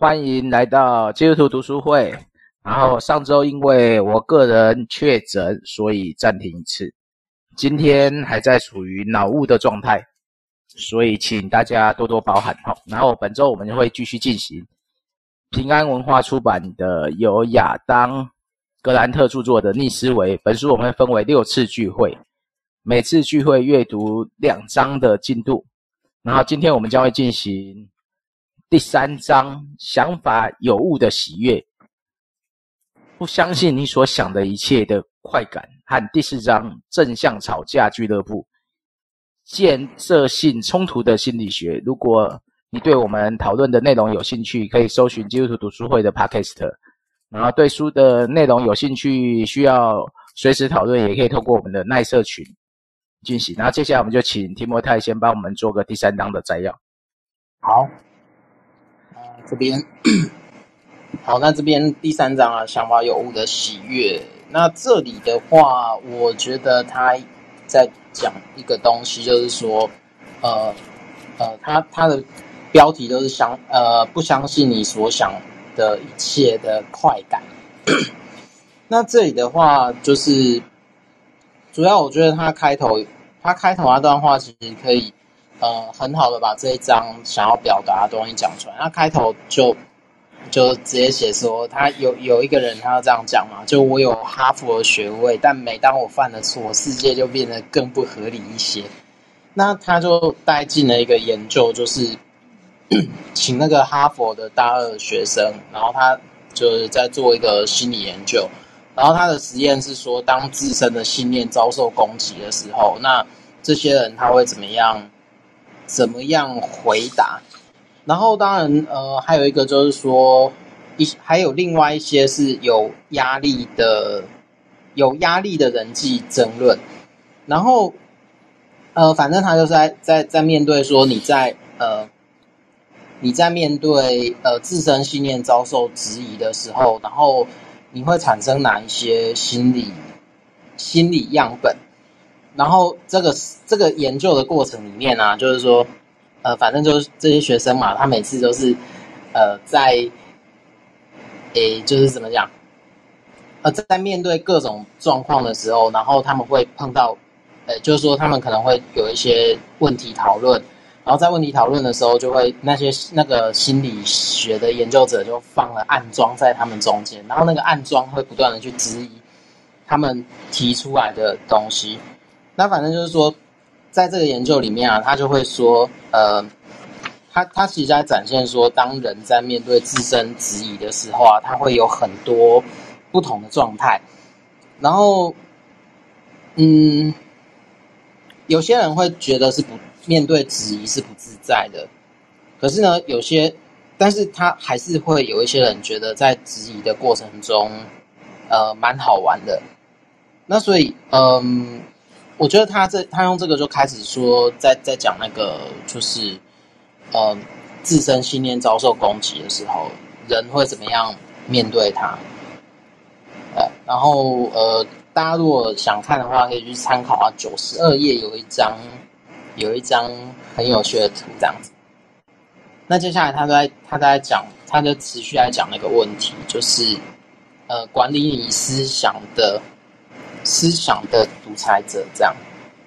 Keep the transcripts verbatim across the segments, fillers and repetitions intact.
欢迎来到基督徒读书会。然后上周因为我个人确诊，所以暂停一次。今天还在处于脑雾的状态，所以请大家多多包涵。然后本周我们会继续进行平安文化出版的由亚当格兰特著作的逆思维。本书我们会分为六次聚会，每次聚会阅读两章的进度。然后今天我们将会进行第三章，想法有误的喜悦，不相信你所想的一切的快感，和第四章正向吵架俱乐部，建设性冲突的心理学。如果你对我们讨论的内容有兴趣，可以搜寻基督徒读书会的 Podcast。 然后对书的内容有兴趣，需要随时讨论，也可以透过我们的耐社群进行。然后接下来我们就请提摩太先帮我们做个第三章的摘要。 好，呃，这边好，那这边第三章啊，想法有误的喜悦。那这里的话，我觉得他在讲一个东西，就是说，呃呃，他他的标题都是相呃不相信你所想的一切的快感。那这里的话，就是主要我觉得他开头他开头那段话其实可以呃很好的把这一章想要表达的东西讲出来。他开头就。就直接写说，他有有一个人他要这样讲嘛，就我有哈佛的学位，但每当我犯了错，世界就变得更不合理一些。那他就带进了一个研究，就是请那个哈佛的大二学生，然后他就是在做一个心理研究，然后他的实验是说，当自身的信念遭受攻击的时候，那这些人他会怎么样怎么样回答？然后当然呃还有一个就是说一还有另外一些是有压力的有压力的人际争论。然后呃反正他就是在在在面对说你在呃你在面对呃自身信念遭受质疑的时候，然后你会产生哪一些心理心理样本。然后这个这个研究的过程里面啊，就是说呃，反正就是这些学生嘛，他每次都是，呃，在，诶，就是怎么讲，呃，在面对各种状况的时候，然后他们会碰到，呃，就是说他们可能会有一些问题讨论，然后在问题讨论的时候，就会那些那个心理学的研究者就放了暗桩在他们中间，然后那个暗桩会不断的去质疑他们提出来的东西。那反正就是说。在这个研究里面啊，他就会说，呃，他他其实在展现说，当人在面对自身质疑的时候啊，他会有很多不同的状态。然后，嗯，有些人会觉得是不面对质疑是不自在的，可是呢，有些，但是他还是会有一些人觉得在质疑的过程中，呃，蛮好玩的。那所以，嗯。我觉得他这他用这个就开始说，在在讲那个就是，呃，自身信念遭受攻击的时候，人会怎么样面对它？呃，然后呃，大家如果想看的话，可以去参考啊，九十二页有一张有一张很有趣的图，这样子。那接下来他在他在讲，他就持续来讲那个问题，就是呃，管理你思想的。思想的独裁者这样。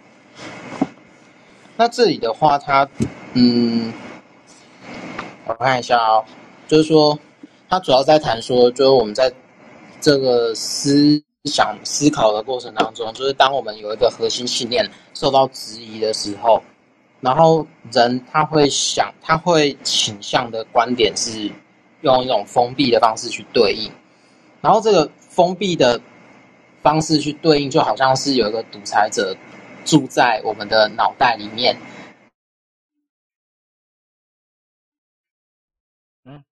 那这里的话，他嗯，我看一下哦，就是说，他主要在谈说，就是我们在这个思想思考的过程当中，就是当我们有一个核心信念受到质疑的时候，然后人他会想，他会倾向的观点是用一种封闭的方式去对应，然后这个封闭的方式去对应，就好像是有一个独裁者住在我们的脑袋里面。 嗯，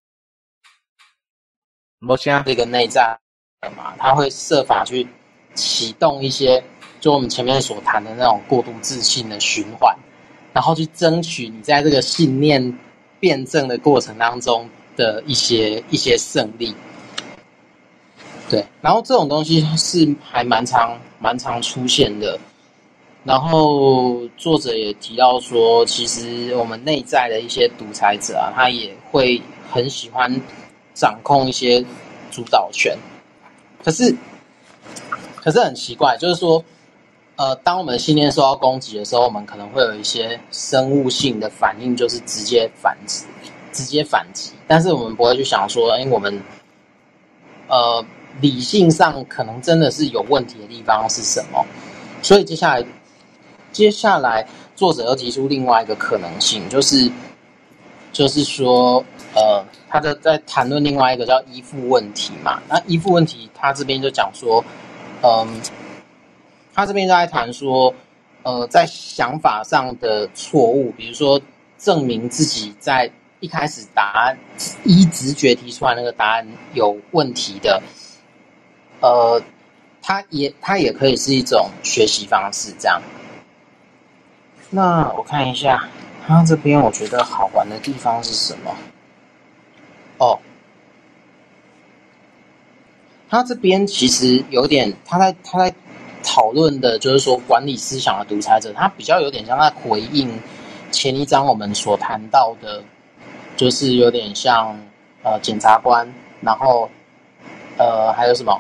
没声。 这个内在嘛，他会设法去启动一些，就我们前面所谈的那种过度自信的循环，然后去争取你在这个信念辩证的过程当中的一些一些胜利。对，然后这种东西是还蛮常蛮常出现的。然后作者也提到说，其实我们内在的一些独裁者啊，他也会很喜欢掌控一些主导权，可是可是很奇怪，就是说，呃，当我们的信念受到攻击的时候，我们可能会有一些生物性的反应，就是直接反击，直接反击，但是我们不会去想说，哎，我们呃理性上可能真的是有问题的地方是什么？所以接下来接下来作者又提出另外一个可能性，就是就是说，呃，他的在谈论另外一个叫依附问题嘛。那依附问题，他这边就讲说，嗯，他这边就在谈说，呃，在想法上的错误，比如说证明自己在一开始答案依直觉提出来那个答案有问题的，呃，它也它也可以是一种学习方式，这样。那我看一下，他这边我觉得好玩的地方是什么？哦，他这边其实有点，他在他在讨论的就是说管理思想的独裁者，他比较有点像在回应前一章我们所谈到的，就是有点像呃检察官，然后呃还有什么？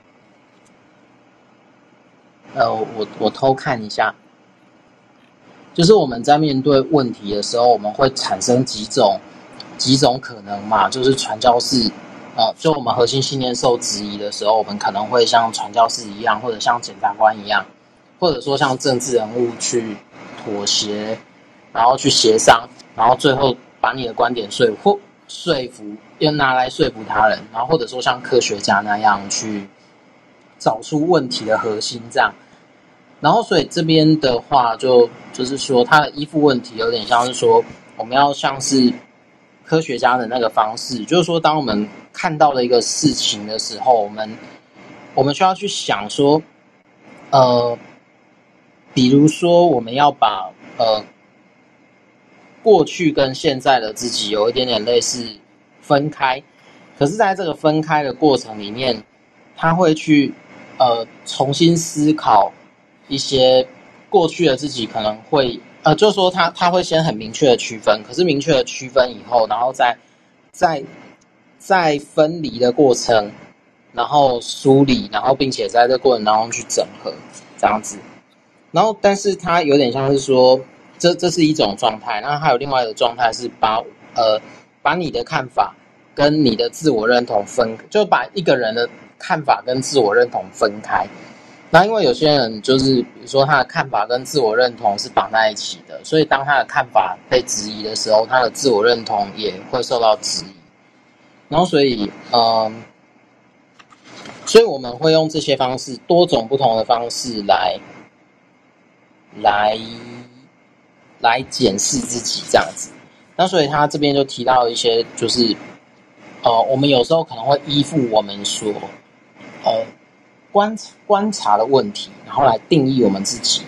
呃，我我偷看一下。就是我们在面对问题的时候，我们会产生几种几种可能嘛，就是传教士，呃，就我们核心信念受质疑的时候，我们可能会像传教士一样，或者像检察官一样，或者说像政治人物去妥协，然后去协商，然后最后把你的观点说服说服，又拿来说服他人，然后或者说像科学家那样去找出问题的核心，这样。然后，所以这边的话就，就是说，它的依附问题有点像是说，我们要像是科学家的那个方式，就是说，当我们看到了一个事情的时候，我们我们需要去想说，呃，比如说，我们要把呃过去跟现在的自己有一点点类似分开，可是在这个分开的过程里面，他会去呃重新思考。一些过去的自己可能会，呃，就是说他他会先很明确的区分，可是明确的区分以后，然后再再再分离的过程，然后梳理，然后并且在这过程当中去整合，这样子。然后，但是它有点像是说，这这是一种状态，那还有另外一个状态是把呃把你的看法跟你的自我认同分，就把一个人的看法跟自我认同分开。那因为有些人就是，比如说他的看法跟自我认同是绑在一起的，所以当他的看法被质疑的时候，他的自我认同也会受到质疑。然后所以，嗯，所以我们会用这些方式，多种不同的方式来，来，来检视自己这样子。那所以他这边就提到一些，就是，呃，我们有时候可能会依附我们所，呃。观观察的问题，然后来定义我们自己。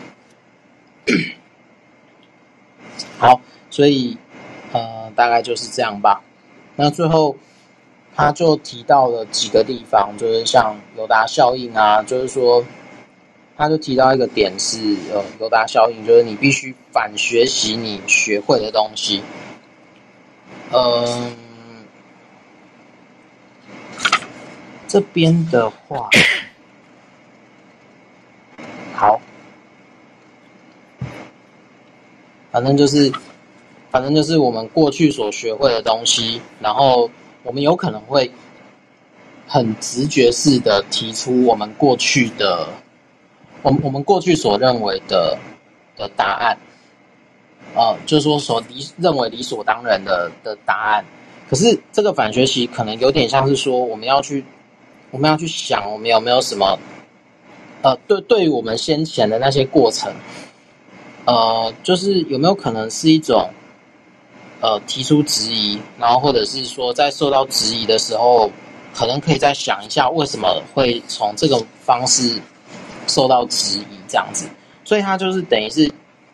好，所以呃，大概就是这样吧。那最后他就提到了几个地方，就是像友达效应啊，就是说，他就提到一个点是呃，友达效应，就是你必须反学习你学会的东西。嗯，这边的话。好，反正就是，反正就是我们过去所学会的东西，然后我们有可能会很直觉式的提出我们过去的，我们我们过去所认为的的答案，呃，就是说所理认为理所当然的的答案。可是这个反学习可能有点像是说，我们要去，我们要去想，我们有没有什么。呃，对，对于我们先前的那些过程，呃，就是有没有可能是一种，呃，提出质疑，然后或者是说在受到质疑的时候，可能可以再想一下为什么会从这种方式受到质疑这样子，所以它就是等于是，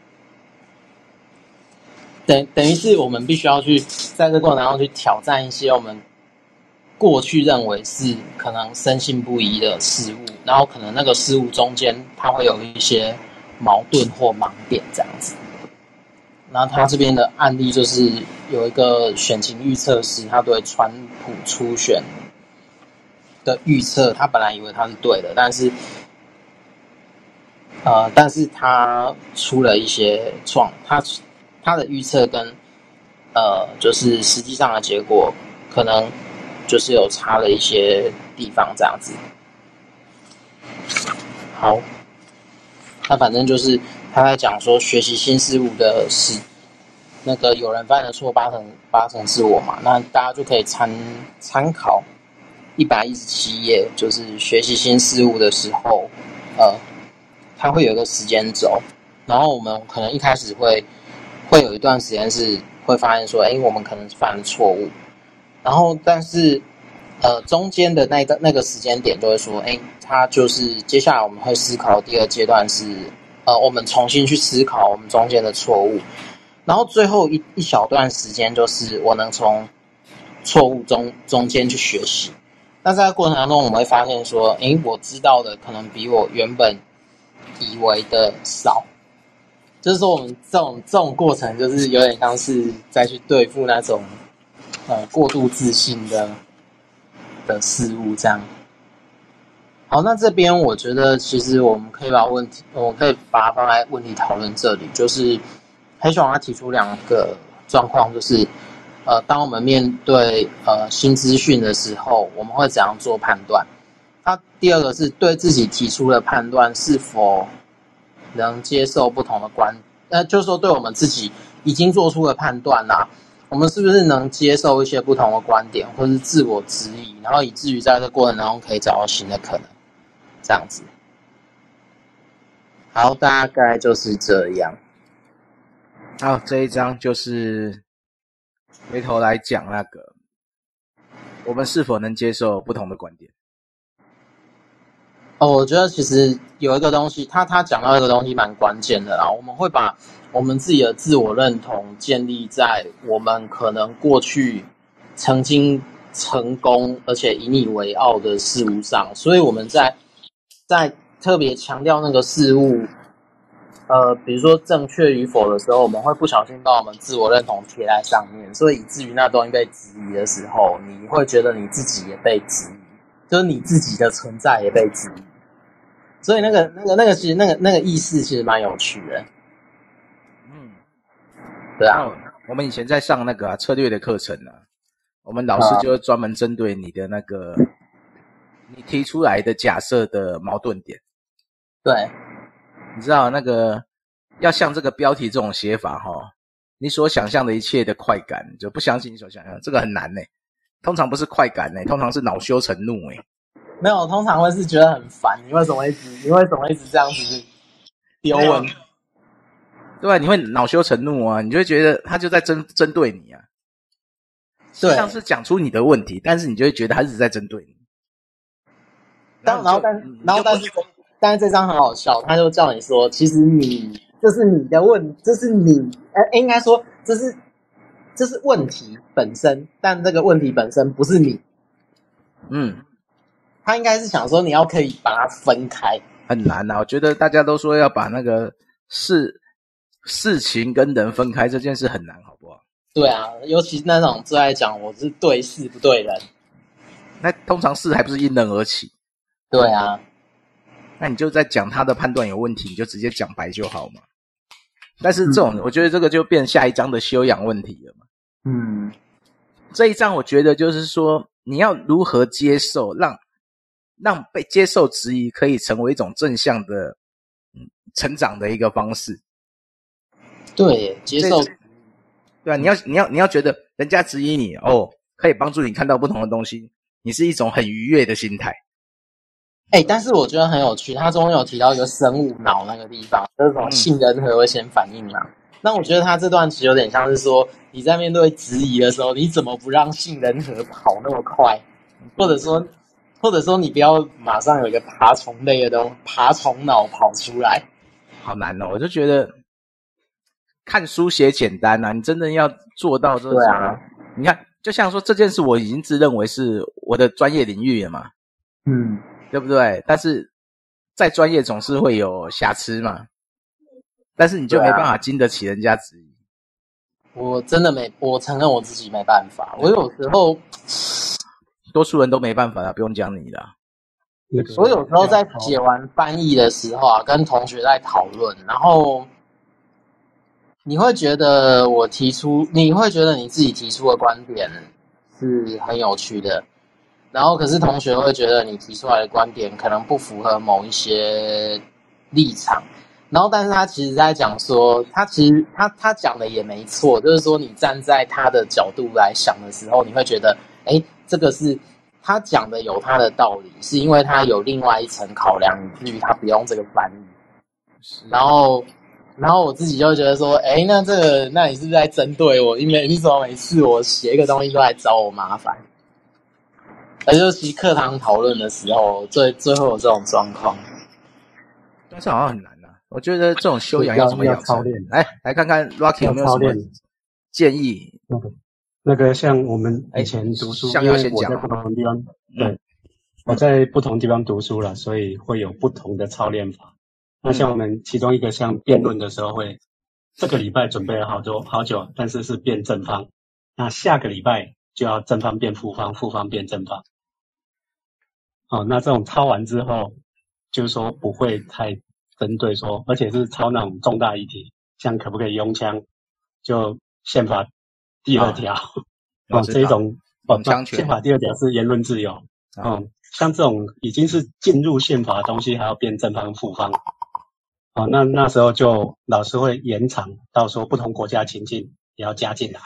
等等于是我们必须要去在这个过程当中去挑战一些我们。过去认为是可能深信不疑的事物，然后可能那个事物中间它会有一些矛盾或盲点这样子。 那他这边的案例就是有一个选情预测师，他对川普初选的预测，他本来以为他是对的，但是呃，但是他出了一些状，他他的预测跟呃，就是实际上的结果可能就是有差了一些地方这样子。好，那反正就是他在讲说学习新事物的是那个有人犯的错八成八成是我嘛，那大家就可以参参考一百一十七页，就是学习新事物的时候，呃，它会有一个时间轴，然后我们可能一开始会会有一段时间是会发现说，哎，我们可能犯了错误，然后但是呃中间的那个那个时间点就会说，哎，它就是接下来我们会思考第二阶段是，呃，我们重新去思考我们中间的错误，然后最后一一小段时间就是我能从错误中中间去学习。那在过程当中，我们会发现说，哎，我知道的可能比我原本以为的少。就是说，我们这种这种过程，就是有点像是再去对付那种呃过度自信的的事物这样。好，那这边我觉得其实我们可以把问题，我们可以把它放在问题讨论这里，就是黑熊他提出两个状况，就是呃，当我们面对呃新资讯的时候，我们会怎样做判断？他第二个是对自己提出的判断是否能接受不同的观，那就是说对我们自己已经做出的判断啦、啊，我们是不是能接受一些不同的观点，或是自我质疑，然后以至于在这个过程当中可以找到新的可能，这样子。好，大概就是这样。 好，这一章就是回头来讲那个，我们是否能接受不同的观点。 哦，我觉得其实有一个东西，他他讲到一个东西蛮关键的啦。我们会把我们自己的自我认同建立在我们可能过去曾经成功而且引以为傲的事物上，所以我们在在特别强调那个事物，呃，比如说正确与否的时候，我们会不小心把我们自我认同贴在上面，所以以至于那东西被质疑的时候，你会觉得你自己也被质疑，就是你自己的存在也被质疑。所以那个、那个、那个，其实那个、那个意识其实蛮有趣的。 嗯， 对啊。 我们以前在上那个、啊、策略的课程啊，我们老师就会专门针对你的那个、啊、你提出来的假设的矛盾点。 对， 你知道那个要像这个标题这种写法哈、哦，你所想象的一切的快感，就不相信你所想象，这个很难呢。通常不是快感呢，通常是恼羞成怒哎。 没有，通常会是觉得很烦，你为什么一直你为什么一直这样子丢问？ 对啊，你会恼羞成怒啊，你就会觉得他就在针针对你啊。实际上是讲出你的问题，但是你就会觉得他一直在针对你。 然后，然后但然后但是但是这张很好笑，他就叫你说，其实你这是你的问，这是你呃应该说这是这是问题本身，但这个问题本身不是你。 嗯。 他应该是想说你要可以把它分开， 很难啊！我觉得大家都说要把那个事事情跟人分开，这件事很难，好不好？ 对啊，尤其是那种最爱讲我是对事不对人， 那通常事还不是因人而起。 对啊， 那你就在讲他的判断有问题，你就直接讲白就好嘛。但是这种，嗯、我觉得这个就变下一章的修养问题了嘛。 嗯， 这一章我觉得就是说，你要如何接受让。让被接受质疑可以成为一种正向的、嗯、成长的一个方式。 对，接受。 对啊，你要你要你要觉得人家质疑你哦，可以帮助你看到不同的东西，你是一种很愉悦的心态。 哎、欸，但是我觉得很有趣，他中间有提到一个生物脑那个地方，就是什么杏仁核会先反应嘛。嗯、那我觉得他这段其实有点像是说，你在面对质疑的时候，你怎么不让杏仁核跑那么快，或者说。或者说你不要马上有一个爬虫类的东西，爬虫脑跑出来， 好难哦！我就觉得看书写简单啊，你真的要做到这种。 对啊， 你看，就像说这件事，我已经自认为是我的专业领域了嘛， 嗯， 对不对？但是再专业总是会有瑕疵嘛，但是你就没办法经得起人家质疑。 我真的没，我承认我自己没办法。我有时候， 多数人都没办法啦，不用讲你啦。 我有时候在写完翻译的时候啊，跟同学在讨论，然后你会觉得我提出，你会觉得你自己提出的观点是很有趣的，然后可是同学会觉得你提出来的观点可能不符合某一些立场。然后，但是他其实在讲说，他其实他他讲的也没错，就是说你站在他的角度来想的时候，你会觉得，哎，这个是他讲的有他的道理，是因为他有另外一层考量，以至于他不用这个翻译。然后，然后我自己就觉得说，哎，那这个，那你是不是在针对我？因为你怎么每次我写一个东西都来找我麻烦？而且尤其课堂讨论的时候，最最后有这种状况。 但是好像很难。我觉得这种修养要怎么养成？来来看看 Rocky 有没有什么建议？ 那个那个像我们以前读书， 像要先讲， 因为我在不同的地方，对，嗯、我在不同地方读书了，所以会有不同的操练法。那像我们其中一个像辩论的时候会，这个礼拜准备了好多好久，但是是辩正方，那下个礼拜就要正方辩负方，负方辩正方。哦，那这种抄完之后，就是说不会太针对说，而且是抄那种重大议题，像可不可以拥枪，就宪法第二条，哦，这种拥枪权， 宪法第二条是言论自由，嗯，像这种已经是进入宪法的东西，还要辩正方负方，哦，那那时候就老师会延长到说不同国家情境也要加进来。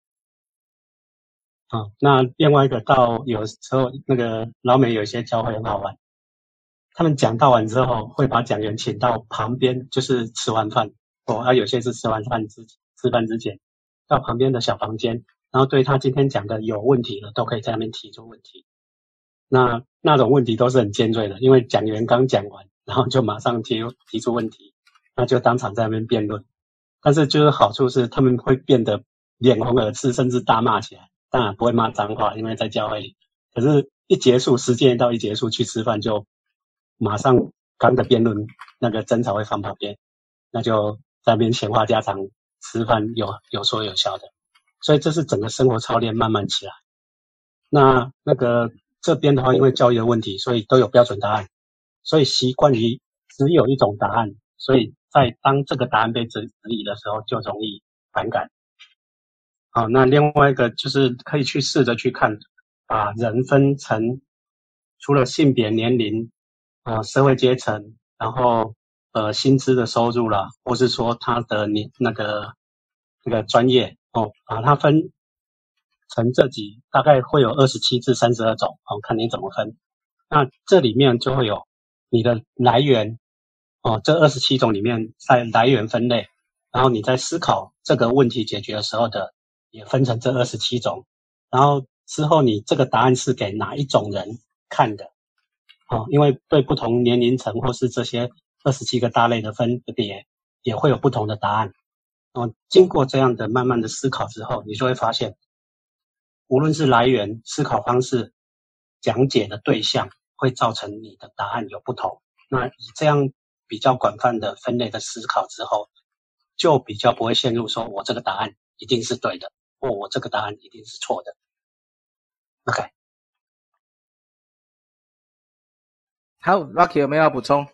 啊、嗯，那另外一个到有时候那个老美有些教会很好玩，他们讲到完之后会把讲员请到旁边，就是吃完饭哦，啊有些是吃完饭之吃饭之前到旁边的小房间，然后对他今天讲的有问题的都可以在那边提出问题。那那种问题都是很尖锐的，因为讲员刚讲完，然后就马上提提出问题，那就当场在那边辩论。但是就是好处是他们会变得脸红耳赤，甚至大骂起来。当然不会骂脏话，因为在教会里。可是，一结束，时间一到一结束，去吃饭就马上刚的辩论那个争吵会放旁边，那就在那边闲话家常，吃饭有有说有笑的。所以这是整个生活操练慢慢起来。那那个这边的话，因为教育的问题，所以都有标准答案，所以习惯于只有一种答案，所以在当这个答案被质疑的时候，就容易反感。好，那另外一个就是可以去试着去看，把人分成除了性别、年龄、呃社会阶层，然后呃薪资的收入啦，或是说他的你那个那个专业哦，把它分成这几，大概会有二十七至三十二种哦，看你怎么分。那这里面就会有你的来源哦，这二十七种里面在来源分类，然后你在思考这个问题解决的时候的。也分成这二十七种，然后之后你这个答案是给哪一种人看的？哦，因为对不同年龄层或是这些二十七个大类的分别，也会有不同的答案。哦，经过这样的慢慢的思考之后，你就会发现，无论是来源、思考方式、讲解的对象，会造成你的答案有不同。那以这样比较广泛的分类的思考之后，就比较不会陷入说我这个答案一定是对的。哦，我这个答案一定是错的。OK， 好 ，Rocky 有没有要补充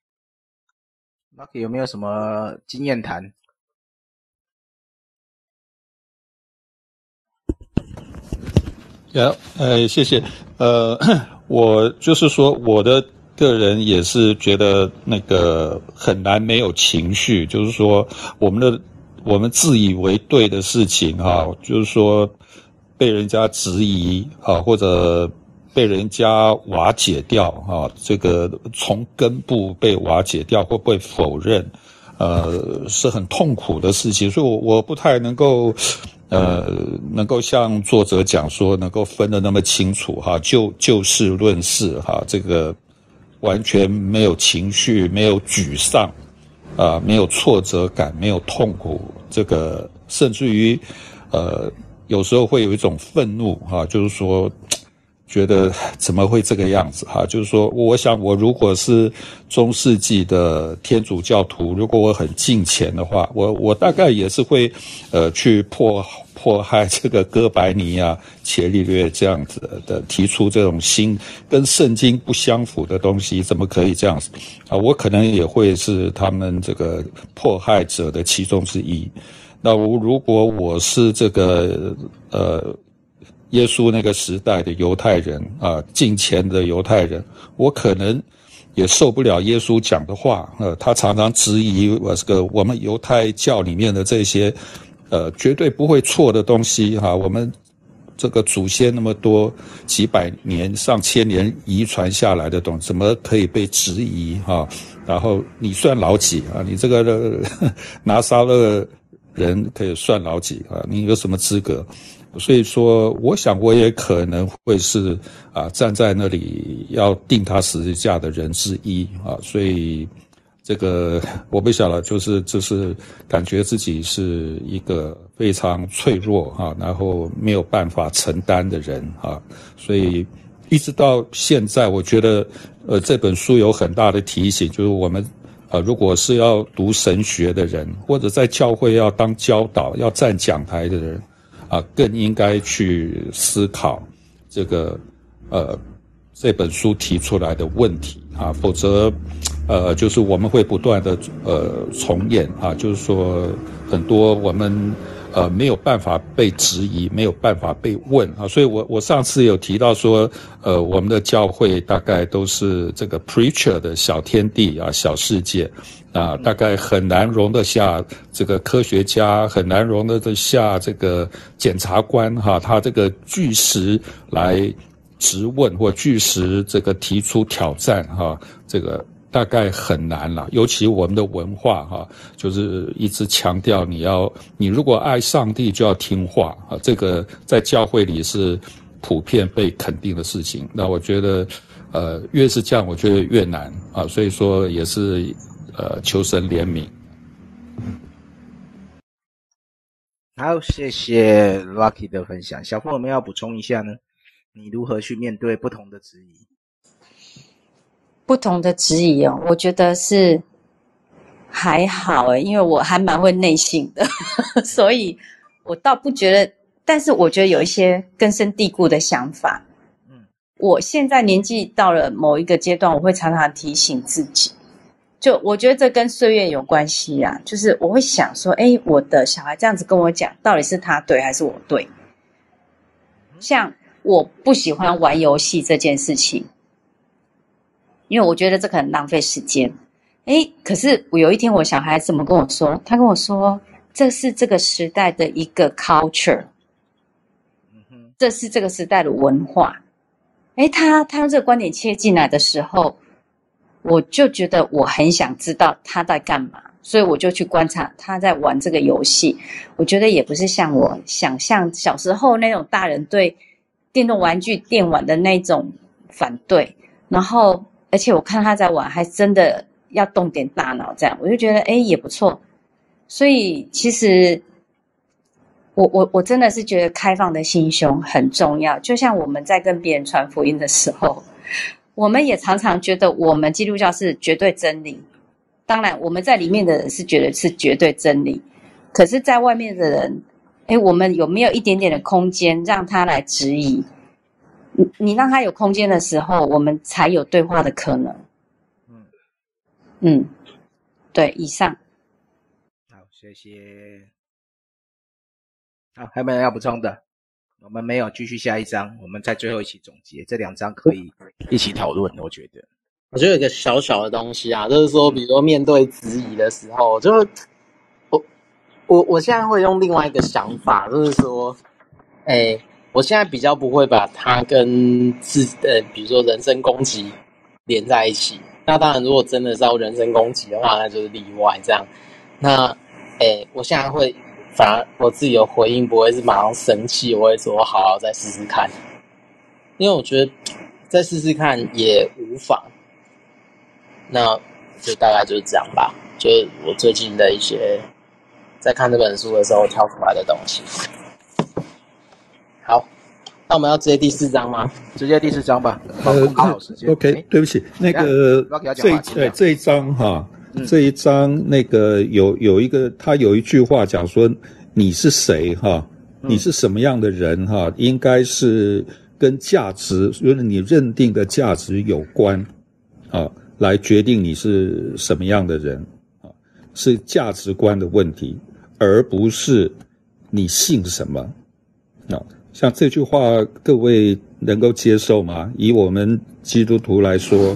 ？Rocky 有没有什么经验谈？ 呀，呃，谢谢。呃，我就是说，我的个人也是觉得那个很难没有情绪，就是说我们的。我们自以为对的事情哈、啊，就是说被人家质疑啊，或者被人家瓦解掉啊，这个从根部被瓦解掉或被否认，呃，是很痛苦的事情。所以我我不太能够呃能够像作者讲说能够分得那么清楚哈、啊，就就事论事哈、啊，这个完全没有情绪，没有沮丧。啊、呃，没有挫折感，没有痛苦，这个甚至于，呃，有时候会有一种愤怒哈、啊，就是说， 觉得怎么会这个样子哈？就是说，我想我如果是中世纪的天主教徒，如果我很敬虔的话，我我大概也是会呃去迫迫害这个哥白尼啊、伽利略这样子的, 的提出这种新跟圣经不相符的东西，怎么可以这样子啊？我可能也会是他们这个迫害者的其中之一。那我如果我是这个呃。耶稣那个时代的犹太人啊，敬虔的犹太人，我可能也受不了耶稣讲的话。呃，他常常质疑我这个我们犹太教里面的这些呃绝对不会错的东西哈、啊。我们这个祖先那么多几百年、上千年遗传下来的东西，怎么可以被质疑哈、啊？然后你算老几啊？你这个拿撒勒人可以算老几啊？你有什么资格？所以说，我想我也可能会是啊站在那里要钉他十字架的人之一啊，所以这个我不晓得，就是就是感觉自己是一个非常脆弱啊，然后没有办法承担的人啊，所以一直到现在，我觉得呃这本书有很大的提醒，就是我们呃如果是要读神学的人，或者在教会要当教导、要站讲台的人。啊，更应该去思考这个呃这本书提出来的问题啊，否则呃就是我们会不断的呃重演啊，就是说很多我们呃没有办法被质疑，没有办法被问啊，所以我我上次有提到说，呃我们的教会大概都是这个 preacher 的小天地啊，小世界。啊，大概很难容得下这个科学家，很难容得下这个检察官哈，他这个据实来质问或据实这个提出挑战哈，这个大概很难了。尤其我们的文化哈，就是一直强调你要，你如果爱上帝就要听话啊，这个在教会里是普遍被肯定的事情。那我觉得，呃，越是这样，我觉得越难啊，所以说也是。呃，求神怜悯。 好，谢谢 Lucky 的分享。小凤有没有要补充一下呢？你如何去面对不同的质疑？ 不同的质疑哦，我觉得是还好诶，因为我还蛮会内省的，所以我倒不觉得。但是我觉得有一些根深蒂固的想法。嗯，我现在年纪到了某一个阶段，我会常常提醒自己。就我觉得这跟岁月有关系啊，就是我会想说，诶，我的小孩这样子跟我讲，到底是他对还是我对？像我不喜欢玩游戏这件事情，因为我觉得这个很浪费时间。诶，可是我有一天我小孩怎么跟我说？他跟我说，这是这个时代的一个 culture， 这是这个时代的文化。诶，他他用这个观点切进来的时候，我就觉得我很想知道他在干嘛，所以我就去观察他在玩这个游戏。我觉得也不是像我想象小时候那种大人对电动玩具电玩的那种反对，然后而且我看他在玩还真的要动点大脑，这样我就觉得诶也不错。所以其实我我我真的是觉得开放的心胸很重要，就像我们在跟别人传福音的时候，我们也常常觉得我们基督教是绝对真理，当然我们在里面的人是觉得是绝对真理，可是在外面的人，诶我们有没有一点点的空间让他来质疑？你你让他有空间的时候，我们才有对话的可能。嗯嗯，对，以上。 好，谢谢。好，还有没有人要补充的？我们没有，继续下一章，我们在最后一起总结，这两章可以一起讨论。我觉得， 我觉得有一个小小的东西啊，就是说，比如说面对质疑的时候，就我我我现在会用另外一个想法，就是说，哎，我现在比较不会把它跟自呃，比如说人身攻击连在一起。那当然，如果真的是要人身攻击的话，那就是例外这样。那哎，我现在会。反而我自己有回应，不会是马上生气，我会说好好再试试看，因为我觉得再试试看也无妨。那就大概就是这样吧，就是我最近的一些在看这本书的时候挑出来的东西。好， 那我们要直接第四章吗？ 直接第四章吧。 呃控制好时间。 ，OK，对不起，那个这对这一章哈，嗯、这一章那个有有一个他有一句话讲说你是谁哈，你是什么样的人哈，应该是跟价值，就是你认定的价值有关啊，来决定你是什么样的人啊，是价值观的问题，而不是你信什么啊。像这句话，各位能够接受吗？以我们基督徒来说，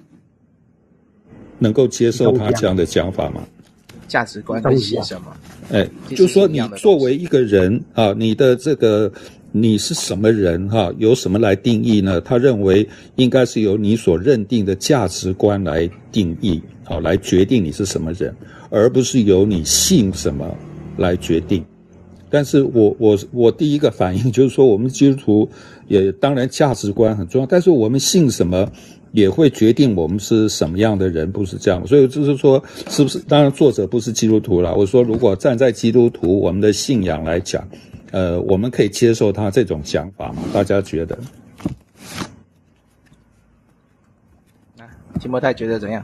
能够接受他这样的讲法吗？ 价值观跟信什么？ 哎，就是说你作为一个人啊，你的这个你是什么人哈、啊？由什么来定义呢？他认为应该是由你所认定的价值观来定义，好、啊，来决定你是什么人，而不是由你信什么来决定。但是我我我第一个反应就是说，我们基督徒也当然价值观很重要，但是我们信什么也会决定我们是什么样的人，不是这样。所以就是说，是不是？当然作者不是基督徒啦，我说如果站在基督徒我们的信仰来讲，呃，我们可以接受他这种讲法吗？大家觉得？ 那提摩太觉得怎样？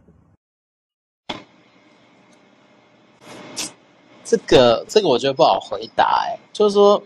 这个这个我觉得不好回答哎、欸，就是说，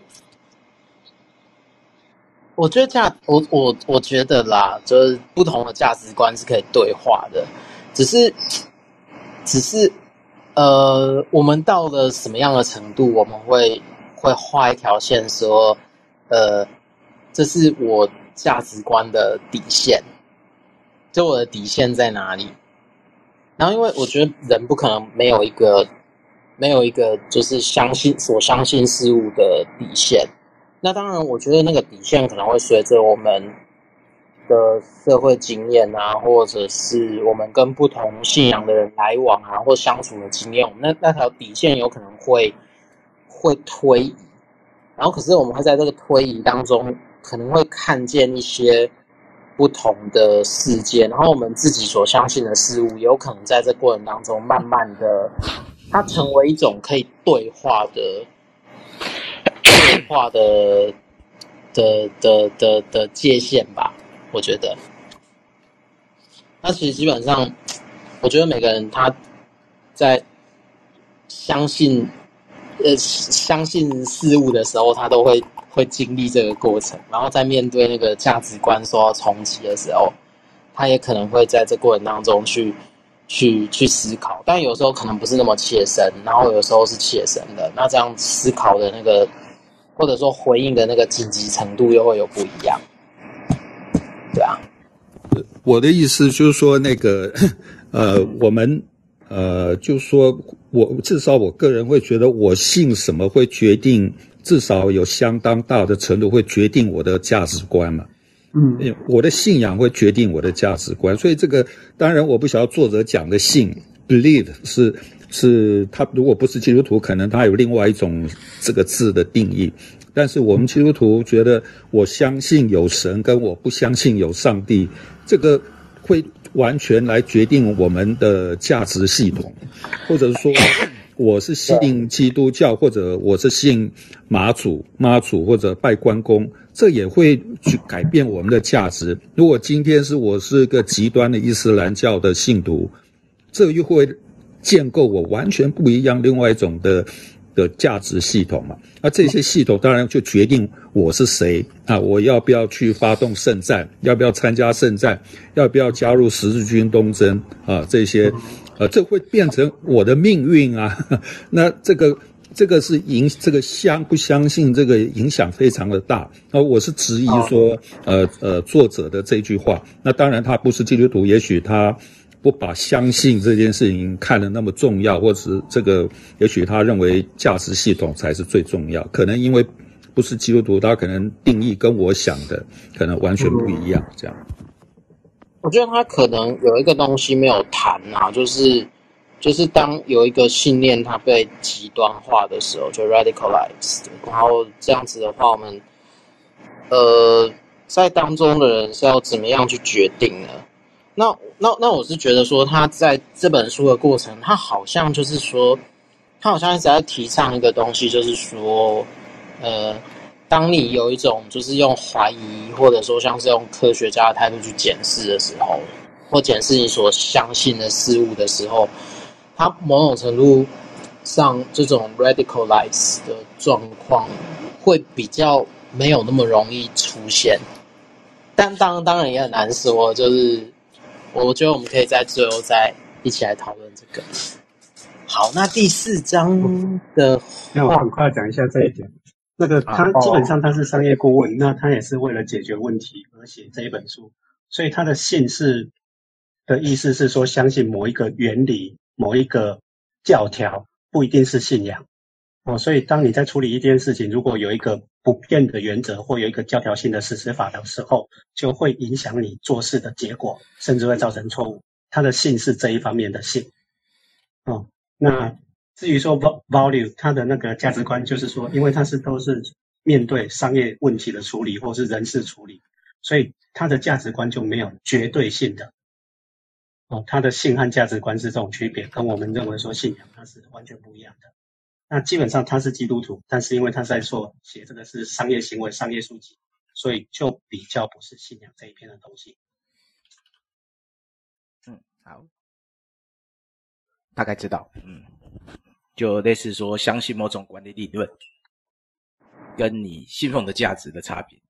我觉得价我我我觉得啦，就是不同的价值观是可以对话的，只是只是呃，我们到了什么样的程度，我们会会画一条线说，呃，这是我价值观的底线，就我的底线在哪里？然后，因为我觉得人不可能没有一个。没有一个就是相信所相信事物的底线，那当然，我觉得那个底线可能会随着我们的社会经验啊，或者是我们跟不同信仰的人来往啊，或相处的经验，我们那那条底线有可能会会推移，然后可是我们会在这个推移当中，可能会看见一些不同的事件，然后我们自己所相信的事物，有可能在这过程当中慢慢的。它成为一种可以对话的、对话的的的的的界限吧，我觉得。那其实基本上，我觉得每个人他在相信呃相信事物的时候，他都会会经历这个过程，然后在面对那个价值观受到冲击的时候，他也可能会在这过程当中去。去去思考，但有时候可能不是那么切身，然后有时候是切身的，那这样思考的那个或者说回应的那个紧急程度又会有不一样，对啊。 我的意思就是说，那个呃，我们呃，就是说我至少我个人会觉得，我信什么会决定，至少有相当大的程度会决定我的价值观嘛。嗯，我的信仰会决定我的价值观，所以这个当然我不晓得作者讲的信 believe 是是他如果不是基督徒，可能他有另外一种这个字的定义，但是我们基督徒觉得我相信有神跟我不相信有上帝，这个会完全来决定我们的价值系统，或者说我是信基督教，或者我是信妈祖妈祖或者拜关公，这也会去改变我们的价值。如果今天是我是个极端的伊斯兰教的信徒，这又会建构我完全不一样另外一种的的价值系统嘛。那这些系统当然就决定我是谁啊，我要不要去发动圣战，要不要参加圣战，要不要加入十字军东征啊，这些呃，这会变成我的命运啊。那这个这个是影这个相不相信这个影响非常的大。那我是质疑说，呃呃，作者的这句话。那当然他不是基督徒，也许他不把相信这件事情看得那么重要，或者是这个，也许他认为价值系统才是最重要。可能因为不是基督徒，他可能定义跟我想的可能完全不一样，这样。 我觉得他可能有一个东西没有谈啊，就是就是当有一个信念它被极端化的时候，就 radicalized， 然后这样子的话，我们呃在当中的人是要怎么样去决定呢？那那那我是觉得说，他在这本书的过程，他好像就是说，他好像一直在提倡一个东西，就是说，呃，当当你有一种就是用怀疑，或者说像是用科学家的态度去检视的时候，或检视你所相信的事物的时候，它某种程度上这种 radicalize 的状况会比较没有那么容易出现。但当当然也很难说，就是我觉得我们可以在最后再一起来讨论这个。好，那第四章的话， 那我很快讲一下这一点。那个他基本上他是商业顾问，那他也是为了解决问题而写这一本书，所以他的信是的意思是说，相信某一个原理、某一个教条，不一定是信仰。哦，所以当你在处理一件事情，如果有一个不变的原则或有一个教条性的实施法的时候，就会影响你做事的结果，甚至会造成错误。他的信是这一方面的信。哦，那至于说 value， 它的那个价值观就是说，因为它是都是面对商业问题的处理或是人事处理，所以它的价值观就没有绝对性的。哦，它的信和价值观是这种区别，跟我们认为说信仰它是完全不一样的。那基本上他是基督徒，但是因为他在说写这个是商业行为、商业书籍，所以就比较不是信仰这一篇的东西。 嗯，好，大概知道，嗯，就类似说相信某种管理理论，跟你信奉的价值的差别。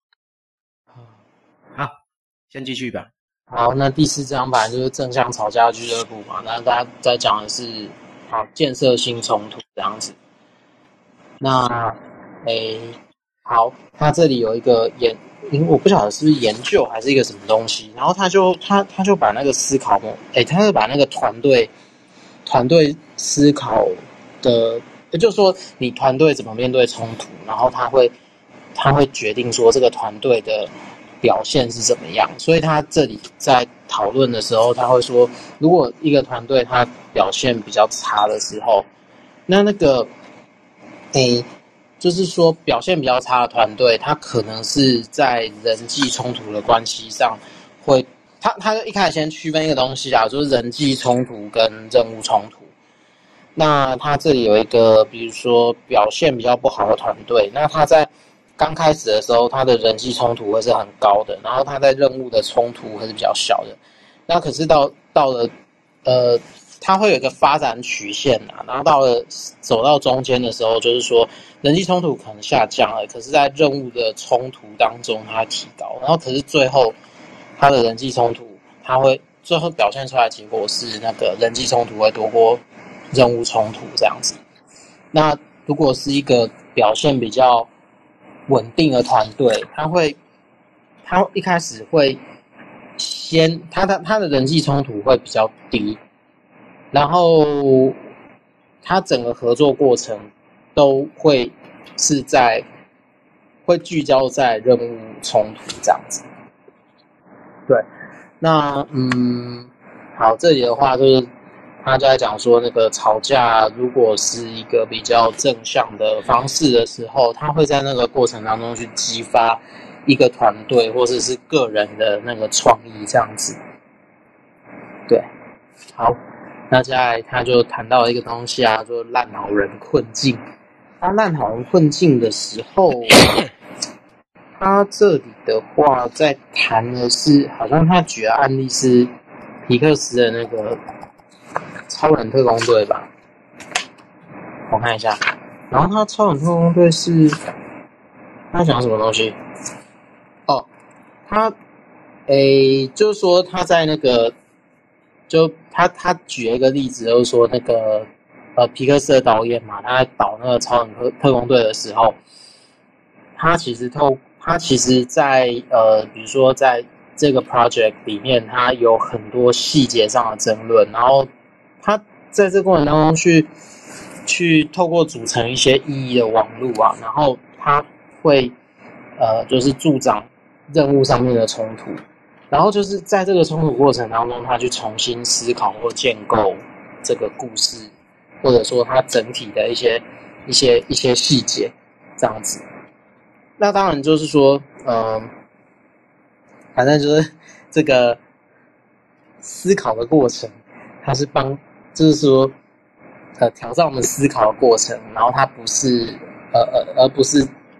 好，先继续吧。 好，那第四章本来就是正向吵架俱乐部嘛，那大家在讲的是好建设性冲突这样子。那诶，好，他这里有一个研，我不晓得是不是研究还是一个什么东西，然后他就他他就把那个思考模，诶，他就把那个团队团队思考的，也就是说你团队怎么面对冲突，然后他会他会决定说这个团队的表现是怎么样。所以他这里在讨论的时候，他会说，如果一个团队他表现比较差的时候，那那个诶，就是说表现比较差的团队，他可能是在人际冲突的关系上会，他他就一开始先区分一个东西啊，就是人际冲突跟任务冲突。那他这里有一个，比如说表现比较不好的团队，那他在刚开始的时候，他的人际冲突会是很高的，然后他在任务的冲突会是比较小的。那可是到到了呃。它会有一个发展曲线啊，然后到了走到中间的时候，就是说人际冲突可能下降了，可是在任务的冲突当中它提高，然后可是最后它的人际冲突，它会最后表现出来的结果是那个人际冲突会多过任务冲突这样子。那如果是一个表现比较稳定的团队，它会它一开始会先它的它的人际冲突会比较低。然后，他整个合作过程都会是在会聚焦在任务冲突这样子。对，那嗯，好，这里的话就是他就在讲说，那个吵架如果是一个比较正向的方式的时候，他会在那个过程当中去激发一个团队或者是个人的那个创意这样子。对，好。那接下来他就谈到一个东西啊，就是烂好人困境。他烂好人困境的时候，他这里的话在谈的是，好像他举的案例是皮克斯的那个超人特工队吧？我看一下。然后他超人特工队是他讲什么东西？哦，他诶，就是说他在那个。就他他举了一个例子，就是说那个呃皮克斯的导演嘛，他在导那个超人特特工队的时候，他其实透他其实在呃比如说在这个 project 里面，他有很多细节上的争论，然后他在这个过程当中去去透过组成一些意义的网路啊，然后他会呃就是助长任务上面的冲突。然后就是在这个冲突过程当中，他去重新思考或建构这个故事，或者说他整体的一些一些一些细节，这样子。那当然就是说，嗯、呃，反正就是这个思考的过程，它是帮，就是说，呃，挑战我们思考的过程，然后它不是，呃呃，而不是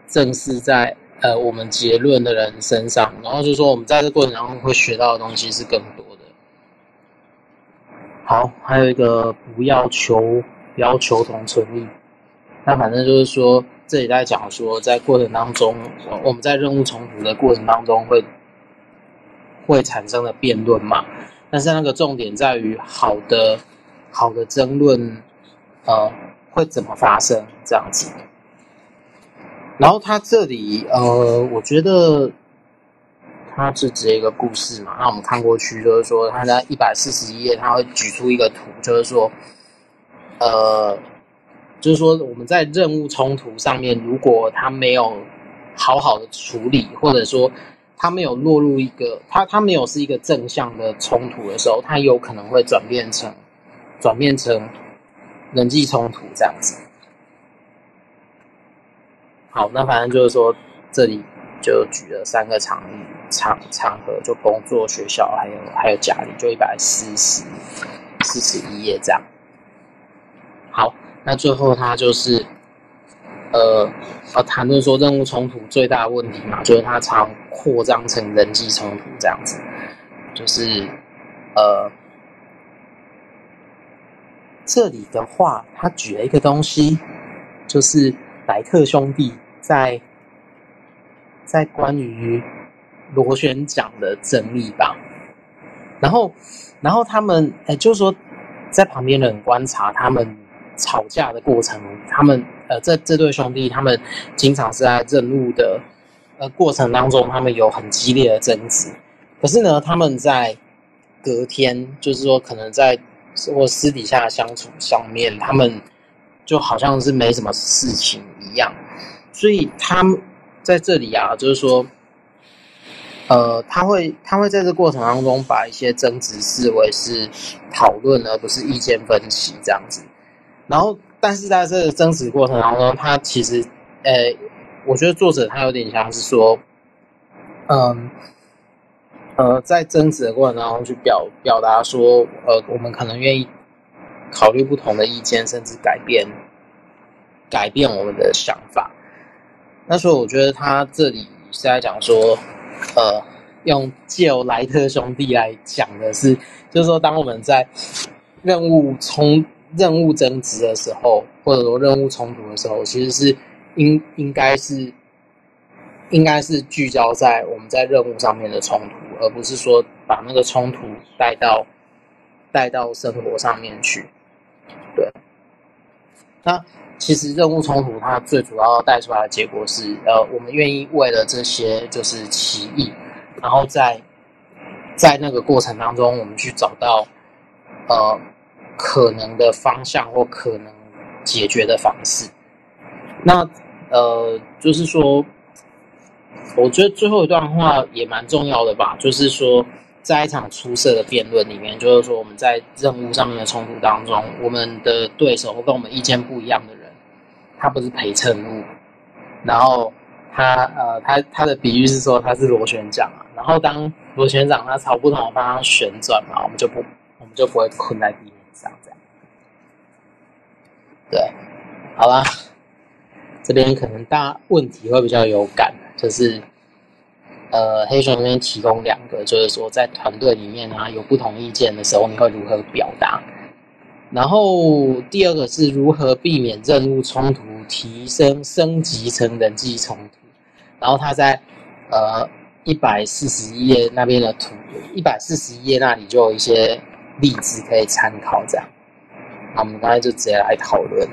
正是在呃我们结论的人身上，然后就是说我们在这过程当中会学到的东西是更多的。好，还有一个不要求不要求同存异，那反正就是说这里在讲说在过程当中，我们在任务冲突的过程当中会会产生的辩论嘛，但是那个重点在于好的好的争论呃会怎么发生这样子。然后他这里呃我觉得他是直接一个故事嘛，那我们看过去就是说他在一百四十一页他会举出一个图，就是说呃就是说我们在任务冲突上面，如果他没有好好的处理，或者说他没有落入一个他他没有是一个正向的冲突的时候，他有可能会转变成转变成人际冲突这样子。好，那反正就是说这里就举了三个场场场合，就工作、学校还有还有家里，就一百四十四十一页这样。好，那最后他就是呃呃谈论说任务冲突最大的问题嘛，就是它常扩张成人际冲突这样子，就是呃这里的话，他举了一个东西，就是莱特兄弟在在关于螺旋桨的争议吧，然后然后他们哎，就是说在旁边的人观察他们吵架的过程，他们呃这这对兄弟他们经常是在任务的呃过程当中，他们有很激烈的争执，可是呢他们在隔天就是说可能在或私底下相处上面，他们就好像是没什么事情一样，所以他们在这里啊，就是说，呃，他会他会在这过程当中把一些争执视为是讨论，而不是意见分歧这样子。然后，但是在这个争执过程当中，他其实，呃，我觉得作者他有点像是说，嗯。呃，在争执的过程当中去表表达说，呃，我们可能愿意考虑不同的意见，甚至改变改变我们的想法。那所以我觉得他这里是在讲说，呃，用借由莱特兄弟来讲的是，就是说，当我们在任务冲任务争执的时候，或者说任务冲突的时候，其实是应应该是应该是聚焦在我们在任务上面的冲突。而不是说把那个冲突带到带到生活上面去。对，那其实任务冲突它最主要带出来的结果是，呃，我们愿意为了这些就是歧义，然后在在那个过程当中，我们去找到呃可能的方向或可能解决的方式。那呃，就是说。我觉得最后一段话也蛮重要的吧，就是说，在一场出色的辩论里面，就是说我们在任务上面的冲突当中，我们的对手或跟我们意见不一样的人，他不是陪衬物，然后他呃他他的比喻是说他是螺旋桨啊，然后当螺旋桨它朝不同的方向旋转嘛，我们就不我们就不会困在地面上这样。对，好啦，这边可能大家问题会比较有感。就是呃，黑熊这边提供两个，就是说在团队里面啊有不同意见的时候，你会如何表达？然后第二个是如何避免任务冲突提升升级成人际冲突。然后他在呃一百四十一页那边的图，一百四十一页那里就有一些例子可以参考，这样。那我们刚才就直接来讨论。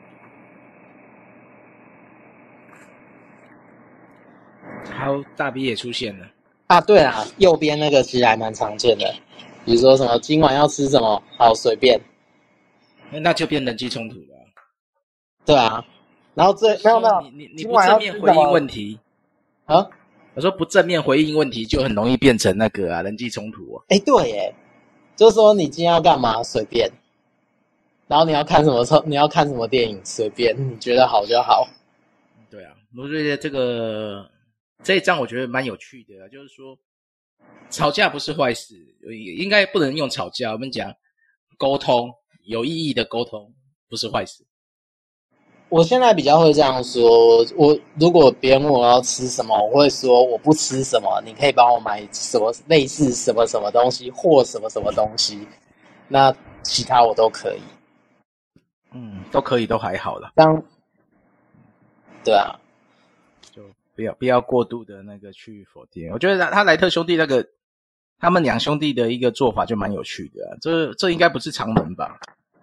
好，大 B 也出现了啊！对啊，右边那个其实还蛮常见的，比如说什么今晚要吃什么，好随便， 那就变人际冲突了。 对啊，然后这没有没有， 你你你不正面回应问题啊？ 我说不正面回应问题，就很容易变成那个啊人际冲突啊。 哎，对耶，就是说你今天要干嘛随便，然后你要看什么你要看什么电影随便，你觉得好就好。 对啊，我觉得这个。这一章我觉得蛮有趣的，就是说吵架不是坏事，应该不能用吵架，我们讲沟通，有意义的沟通不是坏事。 我现在比较会这样说，我如果别人问我要吃什么，我会说我不吃什么，你可以帮我买什么类似什么什么东西或什么什么东西，那其他我都可以。 嗯，都可以，都还好了。 这样，对啊， 就不要不要过度的那个去否定。我觉得他莱特兄弟那个他们两兄弟的一个做法就蛮有趣的、啊，这这应该不是常人吧？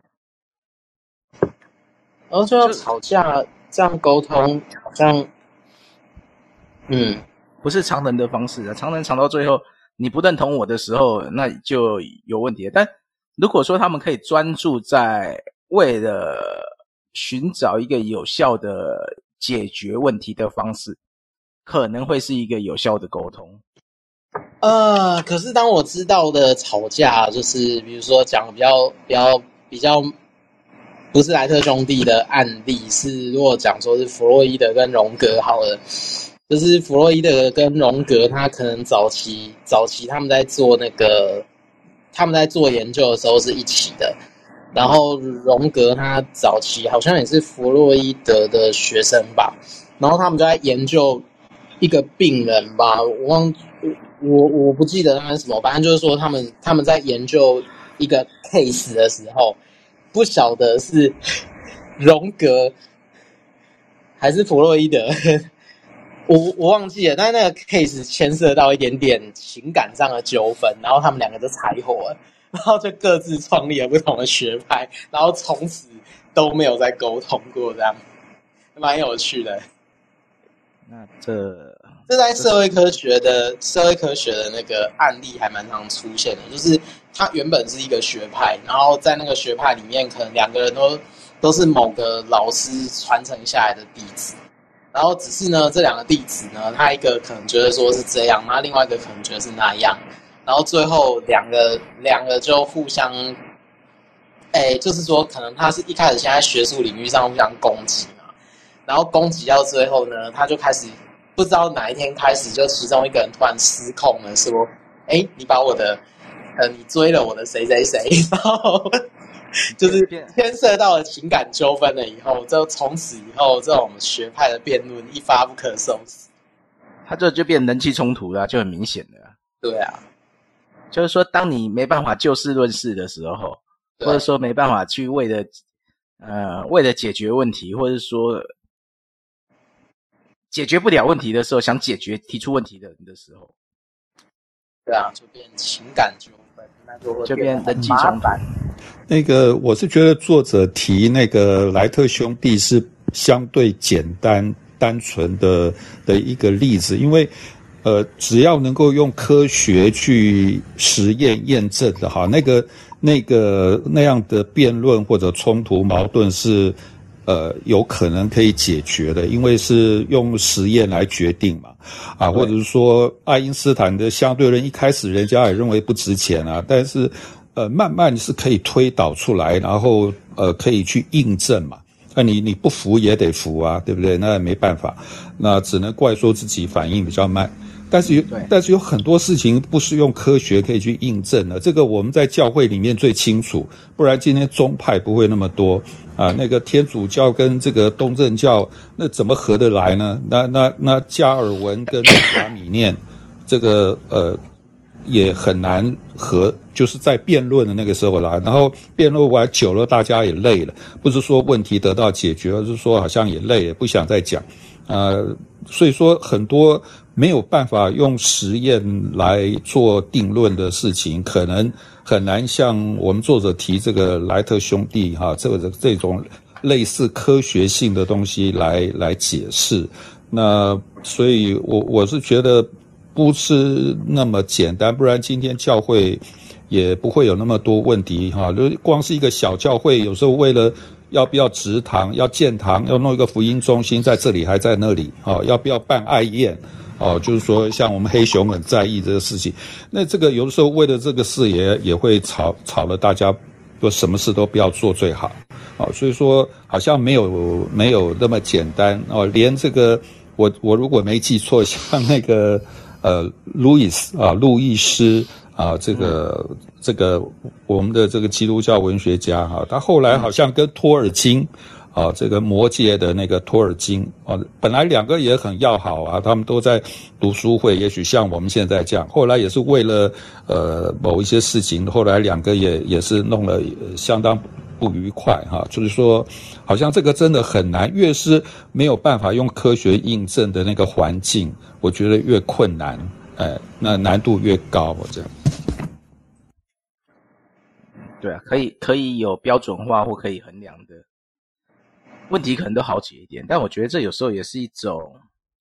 然后就要吵架这样沟通，好像，嗯， 不是常人的方式啊。常人吵到最后，你不认同我的时候，那就有问题了。但如果说他们可以专注在为了寻找一个有效的解决问题的方式，可能会是一个有效的沟通。 呃，可是当我知道的吵架，就是比如说讲比较比较比较。不是莱特兄弟的案例，是如果讲说是弗洛伊德跟荣格好了，就是弗洛伊德跟荣格，他可能早期早期他们在做那个他们在做研究的时候是一起的，然后荣格他早期好像也是弗洛伊德的学生吧，然后他们就在研究一个病人吧，我忘我我不记得他是什么，反正就是说他们他们在研究一个 case 的时候。不晓得是荣格还是弗洛伊德，我我忘记了，但是那个 case 牵涉到一点点情感上的纠纷，然后他们两个就柴火了，然后就各自创立了不同的学派，然后从此都没有再沟通过，这样蛮有趣的。 那这这在社会科学的社会科学的那个案例还蛮常出现的，就是他原本是一个学派，然后在那个学派里面，可能两个人都都是某个老师传承下来的弟子，然后只是呢，这两个弟子呢，他一个可能觉得说是这样，那另外一个可能觉得是那样，然后最后两个两个就互相，哎，就是说可能他是一开始先在学术领域上互相攻击嘛，然后攻击到最后呢，他就开始。不知道哪一天开始，就其中一个人突然失控了，说：“哎，你把我的，呃，你追了我的谁谁谁，然后就是牵涉到了情感纠纷了以后，就从此以后，这种学派的辩论一发不可收拾。 他这就变人际冲突了，就很明显的。 对啊， 就是说，当你没办法就事论事的时候，或者说没办法去为了呃为了解决问题，或者说。解决不了问题的时候，想解决提出问题的人的时候， 对啊，就变情感纠纷，那就会就变人际冲突。 那个，我是觉得作者提那个莱特兄弟是相对简单、单纯的的一个例子，因为呃，只要能够用科学去实验验证的哈，那个那个那样的辩论或者冲突矛盾是。呃，有可能可以解决的，因为是用实验来决定嘛，啊，或者是说爱因斯坦的相对论一开始人家也认为不值钱啊，但是呃慢慢是可以推导出来，然后呃可以去印证嘛，那你你不服也得服啊，对不对？那没办法，那只能怪说自己反应比较慢。但是有，但是有很多事情不是用科学可以去印证的。这个我们在教会里面最清楚，不然今天宗派不会那么多啊。那个天主教跟这个东正教，那怎么合得来呢？那那那加尔文跟亚米念，这个呃也很难合，就是在辩论的那个时候啦。然后辩论完久了，大家也累了，不是说问题得到解决，而是说好像也累了，不想再讲。呃，所以说很多没有办法用实验来做定论的事情，可能很难像我们作者提这个莱特兄弟哈，这个这种类似科学性的东西来来解释。那所以我我是觉得不是那么简单，不然今天教会也不会有那么多问题哈。就光是一个小教会，有时候为了要不要植堂，要建堂，要弄一个福音中心在这里还在那里，哦，要不要办爱宴，哦，就是说像我们黑熊很在意这个事情，那这个有的时候为了这个事也也会吵吵了大家，说什么事都不要做最好，哦，所以说好像没有没有那么简单哦，连这个我我如果没记错，像那个呃路易斯啊路易斯。啊，这个这个我们的这个基督教文学家哈，他后来好像跟托尔金啊，这个魔界的那个托尔金啊，本来两个也很要好啊，他们都在读书会，也许像我们现在这样，后来也是为了呃某一些事情，后来两个也也是弄了相当不愉快哈，就是说好像这个真的很难，越是没有办法用科学印证的那个环境，我觉得越困难，哎，那难度越高，我这样。 对啊，可以可以有标准化或可以衡量的问题，可能都好解一点。但我觉得这有时候也是一种，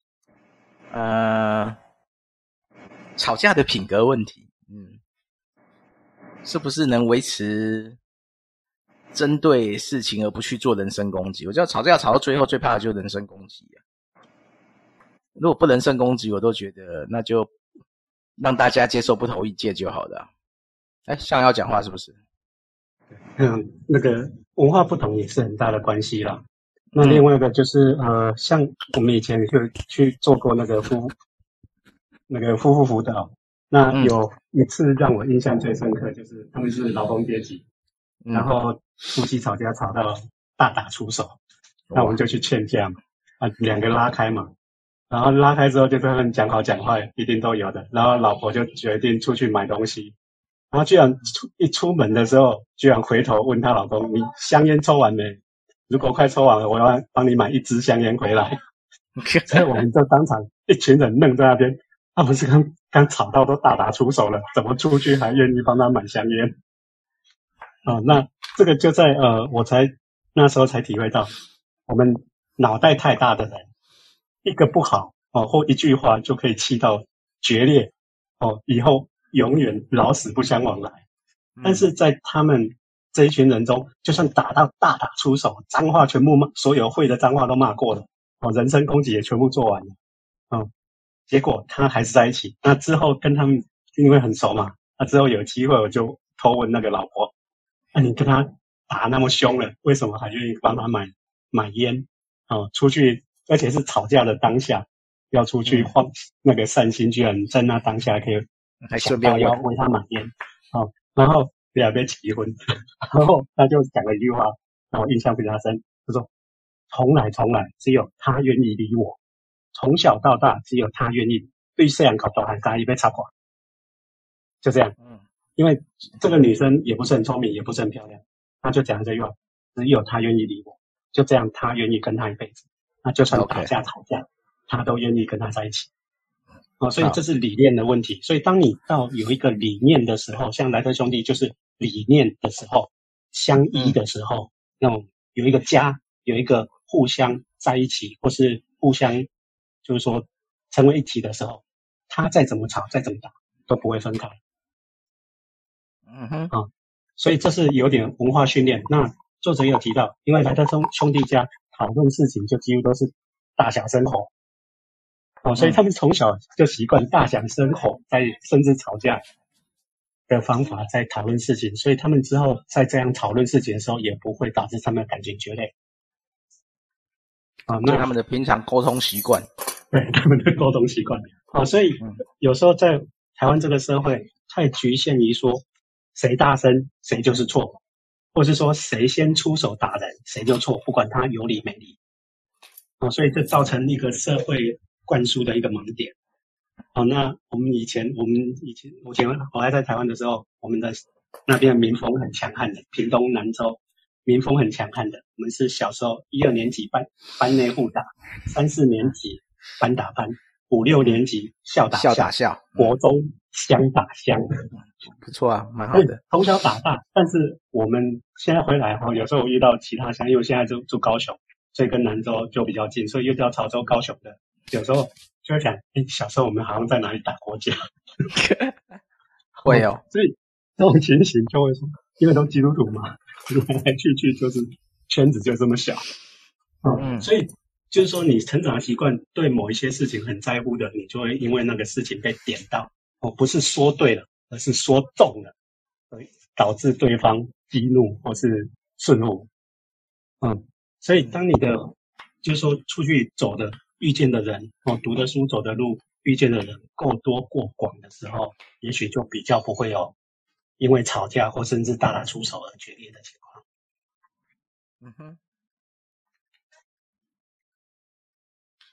呃，吵架的品格问题。嗯，是不是能维持针对事情而不去做人身攻击？我觉得吵架吵到最后最怕的就是人身攻击啊。如果不人身攻击，我都觉得那就让大家接受不同意见就好了。哎，像要讲话是不是？ 嗯，那个文化不同也是很大的关系啦。那另外一个就是呃，像我们以前就去做过那个夫那个夫妇辅导，那有一次让我印象最深刻，就是他们是劳工阶级， 嗯、 然后夫妻吵架吵到大打出手，那我们就去劝架嘛，啊，两个拉开嘛，然后拉开之后就跟他们讲好讲坏，一定都有的，然后老婆就决定出去买东西。然后居然出一出门的时候，居然回头问她老公：“你香烟抽完没？如果快抽完了，我要帮你买一支香烟回来。”所以我们就当场一群人愣在那边，他不是刚刚吵到都大打出手了，怎么出去还愿意帮他买香烟？啊、哦，那这个就在呃，我才那时候才体会到，我们脑袋太大的人，一个不好哦，或一句话就可以气到决裂哦，以后永远老死不相往来。但是在他们这一群人中，就算打到大打出手，脏话全部骂，所有会的脏话都骂过了，哦，人身攻击也全部做完了，哦，结果他还是在一起。那之后跟他们因为很熟嘛，那之后有机会我就偷问那个老婆，那、啊、你跟他打那么凶了，为什么还愿意帮他买买烟？哦，出去，而且是吵架的当下要出去晃、嗯、那个散心，居然在那当下可以想到要为他买烟，哦，然后两边结婚，然后他就讲了一句话，让我印象非常深，他说：“从来从来只有他愿意理我，从小到大只有他愿意对这样搞到很大一杯插过，就这样。”因为这个女生也不是很聪明，也不是很漂亮，她就讲这句话：“只有他愿意理我，就这样，他愿意跟他一辈子。那就算打架吵架，他都愿意跟他在一起。”哦，所以这是理念的问题。所以当你到有一个理念的时候，像莱特兄弟就是理念的时候，相依的时候，那种有一个家，有一个互相在一起，或是互相就是说成为一体的时候，他再怎么吵，再怎么打，都不会分开。 嗯哼， 啊，所以这是有点文化训练。那作者也有提到，因为莱特兄兄弟家讨论事情就几乎都是大小声吼。哦，所以他们从小就习惯大响声吼，在甚至吵架的方法在讨论事情，所以他们之后在这样讨论事情的时候，也不会导致他们的感情决裂。啊，那他们的平常沟通习惯， 对他们的沟通习惯。啊，所以有时候在台湾这个社会太局限于说谁大声谁就是错，或是说谁先出手打人谁就错，不管他有理没理。啊，所以这造成一个社会灌输的一个盲点。好，那我们以前，我们以前，我前我还在台湾的时候，我们的那边的民风很强悍的，屏东南州民风很强悍的。我们是小时候一二年级班班内互打，三四年级班打班，五六年级校打校打校， 国中乡打乡， 不错啊，蛮好的。 从小打大，但是我们现在回来哈，有时候我遇到其他乡，因为我现在住住高雄，所以跟南州就比较近，所以遇到潮州、高雄的，有时候就会想，哎，小时候我们好像在哪里打过架， 会哦。 所以这种情形就会说，因为都基督徒嘛，来来去去就是圈子就这么小，嗯，嗯所以就是说你成长的习惯对某一些事情很在乎的，你就会因为那个事情被点到，哦，不是说对了，而是说中了，导致对方激怒或是顺服，嗯，所以当你的就是说出去走的遇见的人，哦，读的书走的路遇见的人够多过广的时候，也许就比较不会有因为吵架或甚至大打出手而决裂的情况。 嗯哼，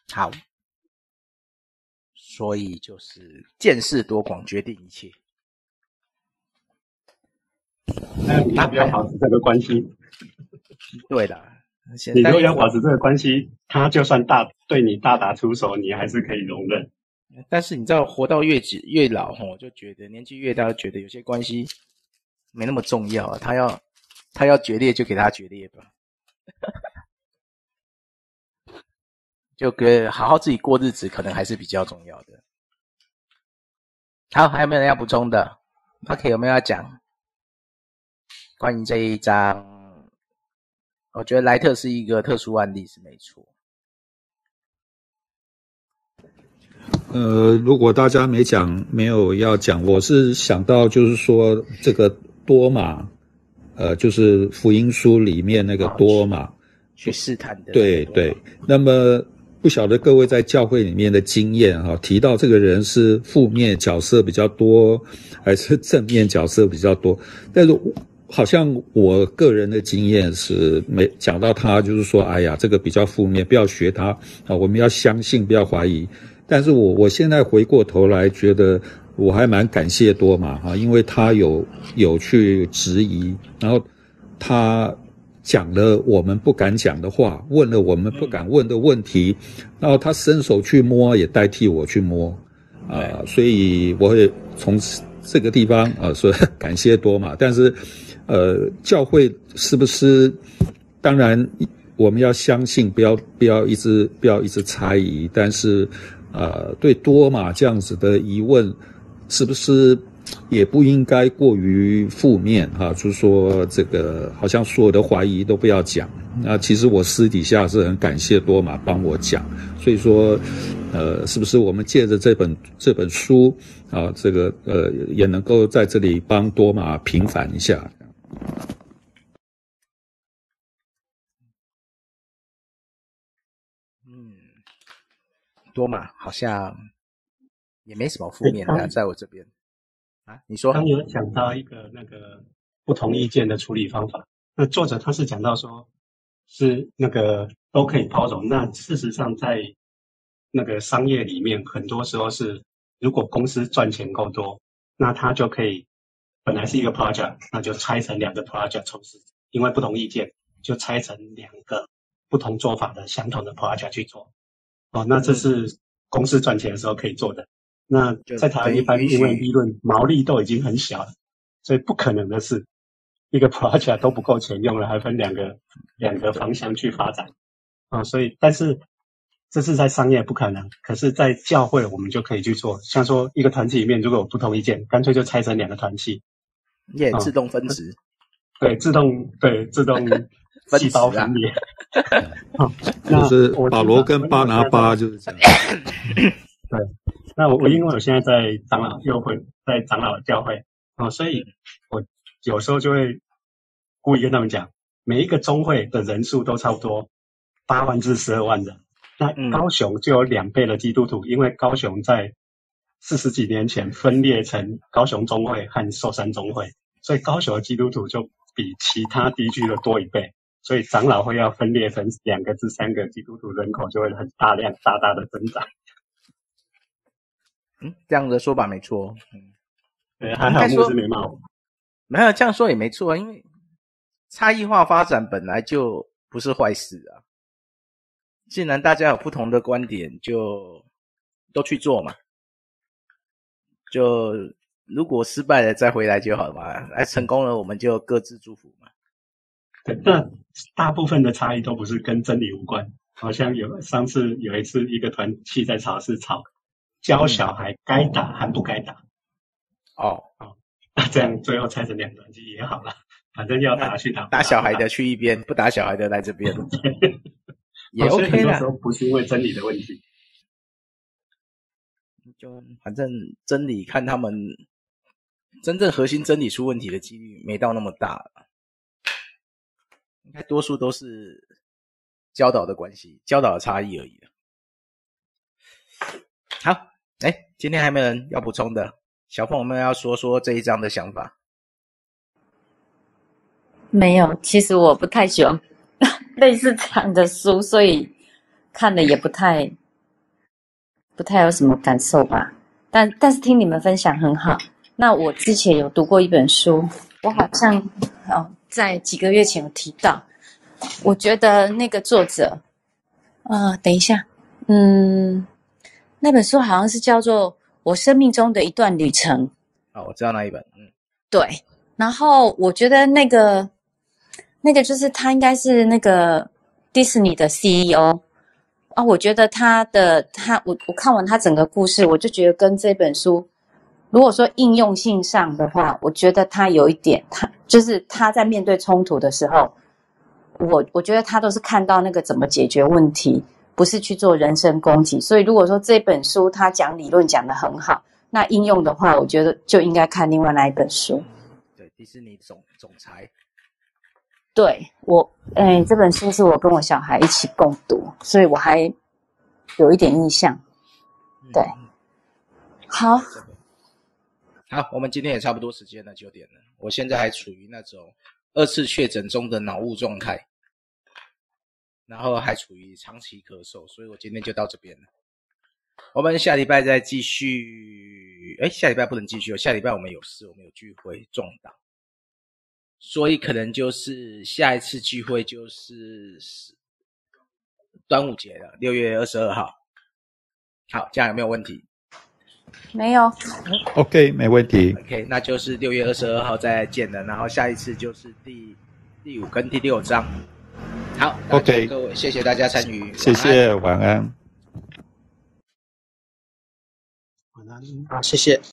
好，所以就是见识多广决定一切。 那你要不要保持这个关系？ 对的， 你如果要保持这个关系，他就算大对你大打出手，你还是可以容忍。 但是你知道，活到越直越老，我就觉得年纪越大，觉得有些关系没那么重要啊。他要他要决裂就给他决裂吧，就跟好好自己过日子，可能还是比较重要的。好，还有没有人要补充的 ？OK， 有没有要讲？关于这一章，我觉得莱特是一个特殊案例，是没错。 呃，如果大家没讲，没有要讲，我是想到就是说这个多马，呃，就是福音书里面那个多马去试探的。 对对，那么不晓得各位在教会里面的经验哈，提到这个人是负面角色比较多，还是正面角色比较多？但是好像我个人的经验是没讲到他，就是说，哎呀，这个比较负面，不要学他啊，我们要相信，不要怀疑。但是我我现在回过头来觉得，我还蛮感谢多马哈，因为他有有去质疑，然后他讲了我们不敢讲的话，问了我们不敢问的问题，然后他伸手去摸，也代替我去摸啊、呃，所以我会从这个地方啊、呃、说感谢多马，但是。呃，教会是不是？当然，我们要相信，不要不要一直不要一直猜疑。但是，呃，对多马这样子的疑问，是不是也不应该过于负面哈？就是说，这个好像所有的怀疑都不要讲。那其实我私底下是很感谢多马帮我讲。所以说，呃，是不是我们借着这本这本书啊，这个呃，也能够在这里帮多马平反一下？ 嗯，多嘛，好像也没什么负面的、啊，在我这边啊。你说， 刚有讲到一个那个不同意见的处理方法，那作者他是讲到说，是那个都可以包容。那事实上在那个商业里面，很多时候是如果公司赚钱够多，那他就可以。本来是一个 project， 那就拆成两个 project 从事，因为不同意见就拆成两个不同做法的相同的 project 去做。哦，那这是公司赚钱的时候可以做的。那在台湾一般因为利润毛利都已经很小了，所以不可能的是一个 project 都不够钱用了，还分两个两个方向去发展。啊、哦，所以但是这是在商业不可能，可是在教会我们就可以去做。像说一个团体里面如果有不同意见，干脆就拆成两个团契。 也、yeah, 自动分值、 嗯，对，自动对自动细胞分裂， 啊、就是保罗跟巴拿巴就是这样。 对，那我我因为我现在在长老教会，在长老教会哦，所以我有时候就会故意跟他们讲，每一个宗会的人数都差不多八万至十二万人，那高雄就有两倍的基督徒，因为高雄在四十几年前分裂成高雄宗会和寿山宗会，所以高雄的基督徒就比其他地区的多一倍，所以长老会要分裂成两个至三个基督徒，人口就会很大量大大的增长。 嗯，这样的说法没错。嗯， 对，还好牧师没骂我。 没有这样说也没错，因为差异化发展本来就不是坏事啊。既然大家有不同的观点，就都去做嘛。就如果失败了再回来就好嘛，哎，成功了我们就各自祝福嘛。 对，那大部分的差异都不是跟真理无关。好像有上次有一次一个团契在吵是吵教小孩该打还不该打。 哦哦，那这样最后拆成两团契也好了，反正要打去打， 打小孩的去一边，不打小孩的来这边，也 OK 啦。 所以很多时候不是因为真理的问题。 就反正真理看他们真正核心真理出问题的几率没到那么大，应该多数都是教导的关系，教导的差异而已。好，哎，今天还没有人要补充的，小凤有没有要说说这一章的想法？ 没有，其实我不太喜欢类似这样的书，所以看了也不太不太有什么感受吧。但但是听你们分享很好。那我之前有读过一本书，我好像哦在几个月前有提到，我觉得那个作者，呃，等一下，嗯，那本书好像是叫做《我生命中的一段旅程》。 哦，我知道那一本，嗯， 对。然后我觉得那个那个就是他应该是那个迪士尼的 C E O 啊，我觉得他的他我我看完他整个故事，我就觉得跟这本书，如果说应用性上的话，我觉得他有一点，他就是他在面对冲突的时候，我我觉得他都是看到那个怎么解决问题，不是去做人身攻击。所以如果说这本书他讲理论讲得很好，那应用的话，我觉得就应该看另外那一本书。 对，迪士尼总总裁。 对，我，哎，这本书是我跟我小孩一起共读，所以我还有一点印象。对，好， 好，我们今天也差不多时间了，九点了。我现在还处于那种二次确诊中的脑雾状态，然后还处于长期咳嗽，所以我今天就到这边了。我们下礼拜再继续，哎，下礼拜不能继续哦，下礼拜我们有事，我们有聚会重档。所以可能就是下一次聚会就是端午节了，六月二十二号。好，这样有没有问题？ 没有。 OK， 没问题。 OK， 那就是六月二十二号再见了，然后下一次就是第第五跟第六章。好 ，OK， 各位，谢谢大家参与， 谢谢，晚安。 晚安。 好，谢谢。